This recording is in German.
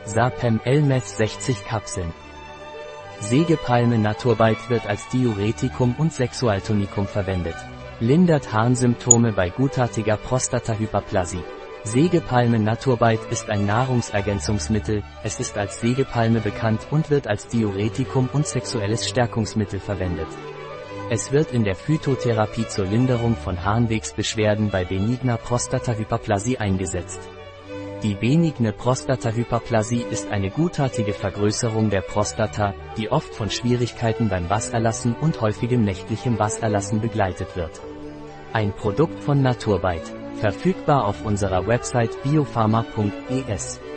Sapem Elmeth 60 Kapseln. Sägepalme Naturbite wird als Diuretikum und Sexualtonikum verwendet. Lindert Harnsymptome bei gutartiger Prostatahyperplasie. Sägepalme Naturbite ist ein Nahrungsergänzungsmittel, es ist als Sägepalme bekannt und wird als Diuretikum und sexuelles Stärkungsmittel verwendet. Es wird in der Phytotherapie zur Linderung von Harnwegsbeschwerden bei benigner Prostatahyperplasie eingesetzt. Die benigne Prostatahyperplasie ist eine gutartige Vergrößerung der Prostata, die oft von Schwierigkeiten beim Wasserlassen und häufigem nächtlichem Wasserlassen begleitet wird. Ein Produkt von Naturbite. Verfügbar auf unserer Website biopharma.es.